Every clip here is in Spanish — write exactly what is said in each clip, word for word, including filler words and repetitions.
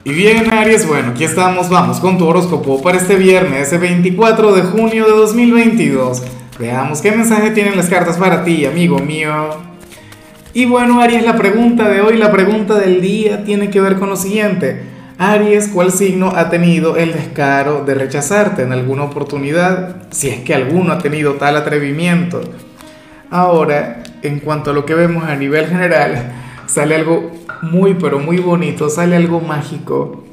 Y bien, Aries, bueno, aquí estamos, vamos con tu horóscopo para este viernes, veinticuatro de junio de dos mil veintidós. Veamos qué mensaje tienen las cartas para ti, amigo mío. Y bueno, Aries, la pregunta de hoy, la pregunta del día tiene que ver con lo siguiente. Aries, ¿cuál signo ha tenido el descaro de rechazarte en alguna oportunidad? Si es que alguno ha tenido tal atrevimiento. Ahora, en cuanto a lo que vemos a nivel general, sale algo muy, pero muy bonito, sale algo mágico.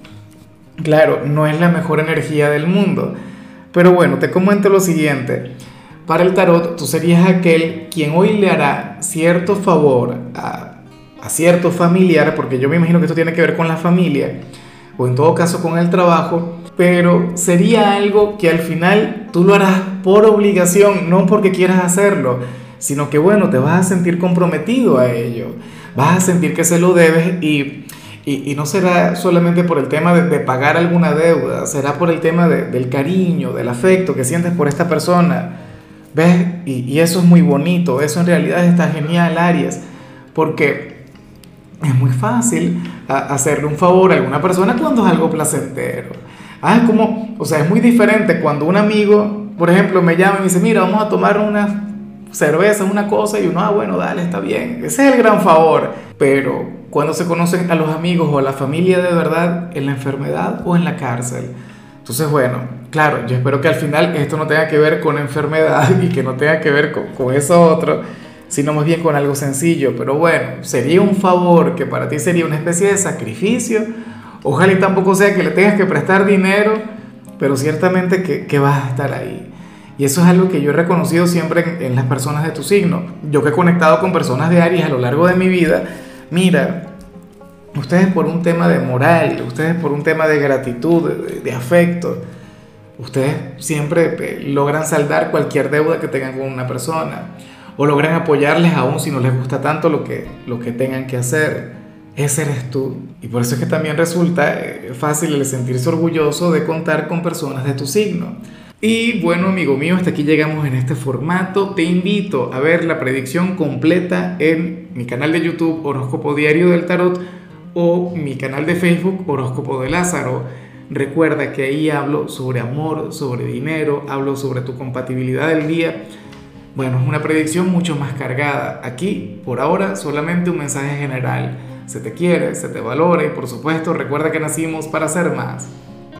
Claro, no es la mejor energía del mundo, pero bueno, te comento lo siguiente. Para el tarot, tú serías aquel quien hoy le hará cierto favor a, a cierto familiar, porque yo me imagino que esto tiene que ver con la familia, o en todo caso con el trabajo, pero sería algo que al final tú lo harás por obligación, no porque quieras hacerlo, sino que bueno, te vas a sentir comprometido a ello, vas a sentir que se lo debes y, y, y no será solamente por el tema de, de pagar alguna deuda, será por el tema de- del cariño, del afecto que sientes por esta persona, ¿ves? Y, y eso es muy bonito, eso en realidad está genial, Aries, porque es muy fácil a- hacerle un favor a alguna persona cuando es algo placentero. Ah, es como, o sea, es muy diferente cuando un amigo, por ejemplo, me llama y me dice, mira, vamos a tomar una cerveza, una cosa, y uno, ah, bueno, dale, está bien. Ese es el gran favor. Pero cuando se conocen a los amigos o a la familia de verdad, en la enfermedad o en la cárcel. Entonces, bueno, claro, yo espero que al final esto no tenga que ver con enfermedad y que no tenga que ver con, con eso otro, sino más bien con algo sencillo. Pero bueno, sería un favor que para ti sería una especie de sacrificio. Ojalá y tampoco sea que le tengas que prestar dinero, pero ciertamente que, que vas a estar ahí. Y eso es algo que yo he reconocido siempre en, en las personas de tu signo. Yo que he conectado con personas de Aries a lo largo de mi vida, mira, ustedes por un tema de moral, ustedes por un tema de gratitud, de, de afecto, ustedes siempre eh, logran saldar cualquier deuda que tengan con una persona o logran apoyarles aún si no les gusta tanto lo que, lo que tengan que hacer. Ese eres tú. Y por eso es que también resulta eh, fácil el sentirse orgulloso de contar con personas de tu signo. Y bueno, amigo mío, hasta aquí llegamos en este formato. Te invito a ver la predicción completa en mi canal de YouTube Horóscopo Diario del Tarot o mi canal de Facebook Horóscopo de Lázaro. Recuerda que ahí hablo sobre amor, sobre dinero, hablo sobre tu compatibilidad del día. Bueno, es una predicción mucho más cargada. Aquí, por ahora, solamente un mensaje general. Se te quiere, se te valora y por supuesto recuerda que nacimos para ser más.